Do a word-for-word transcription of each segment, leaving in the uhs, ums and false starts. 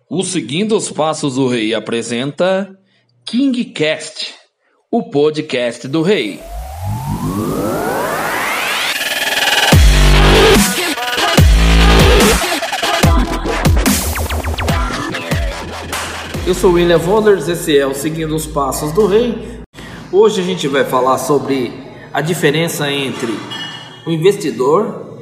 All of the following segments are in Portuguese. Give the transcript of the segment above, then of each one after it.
O Seguindo os Passos do Rei apresenta KingCast, o podcast do Rei. Eu sou William Wonders, esse é o Seguindo os Passos do Rei. Hoje a gente vai falar sobre a diferença entre o investidor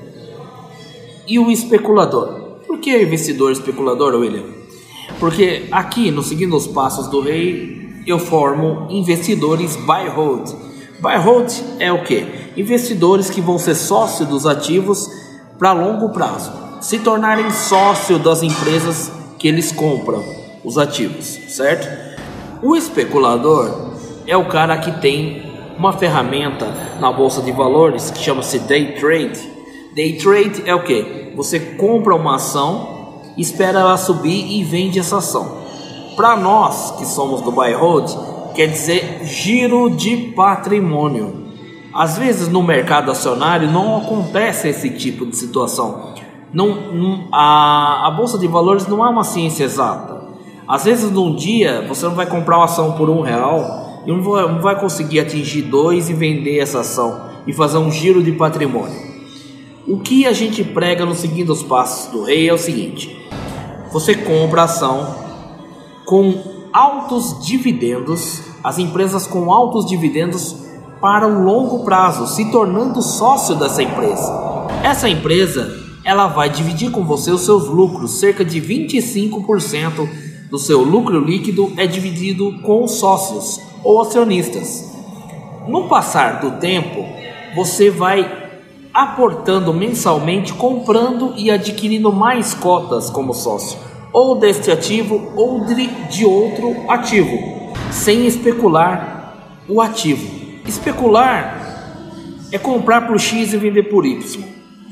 e o especulador. Por que investidor e especulador, William? Porque aqui no Seguindo os Passos do Rei eu formo investidores buy hold. Buy hold é o que? Investidores que vão ser sócios dos ativos para longo prazo, se tornarem sócio das empresas que eles compram os ativos, certo? O especulador é o cara que tem uma ferramenta na bolsa de valores que chama-se day trade. Day trade é o que? Você compra uma ação, espera ela subir e vende essa ação. Para nós que somos do buy hold, quer dizer giro de patrimônio. Às vezes no mercado acionário não acontece esse tipo de situação. Não, não, a, a bolsa de valores não é uma ciência exata. Às vezes num dia você não vai comprar uma ação por um real e não vai, não vai conseguir atingir dois e vender essa ação e fazer um giro de patrimônio. O que a gente prega no Seguindo os Passos do Rei é o seguinte: você compra a ação com altos dividendos, as empresas com altos dividendos para um longo prazo, se tornando sócio dessa empresa. Essa empresa ela vai dividir com você os seus lucros, cerca de vinte e cinco por cento do seu lucro líquido é dividido com os sócios ou acionistas. No passar do tempo, você vai aportando mensalmente, comprando e adquirindo mais cotas como sócio, ou deste ativo ou de, de outro ativo, sem especular o ativo. Especular é comprar por X e vender por Y.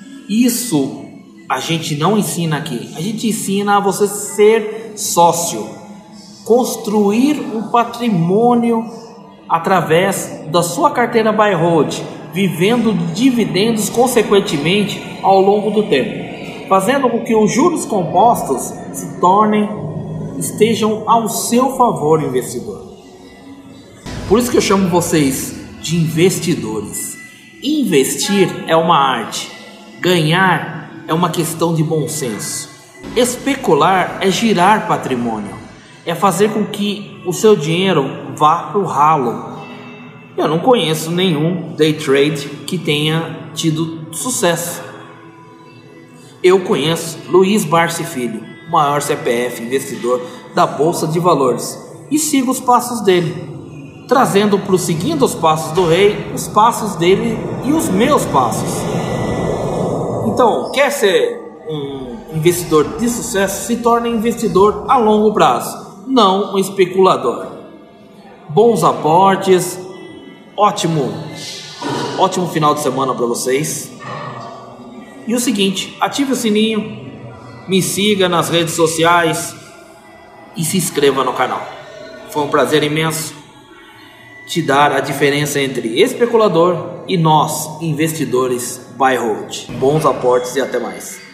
Isso a gente não ensina aqui. A gente ensina a você ser sócio, construir um patrimônio através da sua carteira buy hold, vivendo dividendos consequentemente ao longo do tempo, fazendo com que os juros compostos se tornem, estejam ao seu favor, investidor. Por isso que eu chamo vocês de investidores. Investir é uma arte, ganhar é uma questão de bom senso. Especular é girar patrimônio, é fazer com que o seu dinheiro vá para o ralo. Eu não conheço nenhum day trade que tenha tido sucesso. Eu conheço Luiz Barsi Filho, o maior C P F investidor da Bolsa de Valores, e sigo os passos dele, trazendo para o Seguindo os Passos do Rei os passos dele e os meus passos. Então, quer ser um investidor de sucesso? Se torne investidor a longo prazo, não um especulador. Bons aportes, ótimo, ótimo final de semana para vocês. E o seguinte, ative o sininho, me siga nas redes sociais e se inscreva no canal. Foi um prazer imenso te dar a diferença entre especulador e nós, investidores buy hold. Bons aportes e até mais.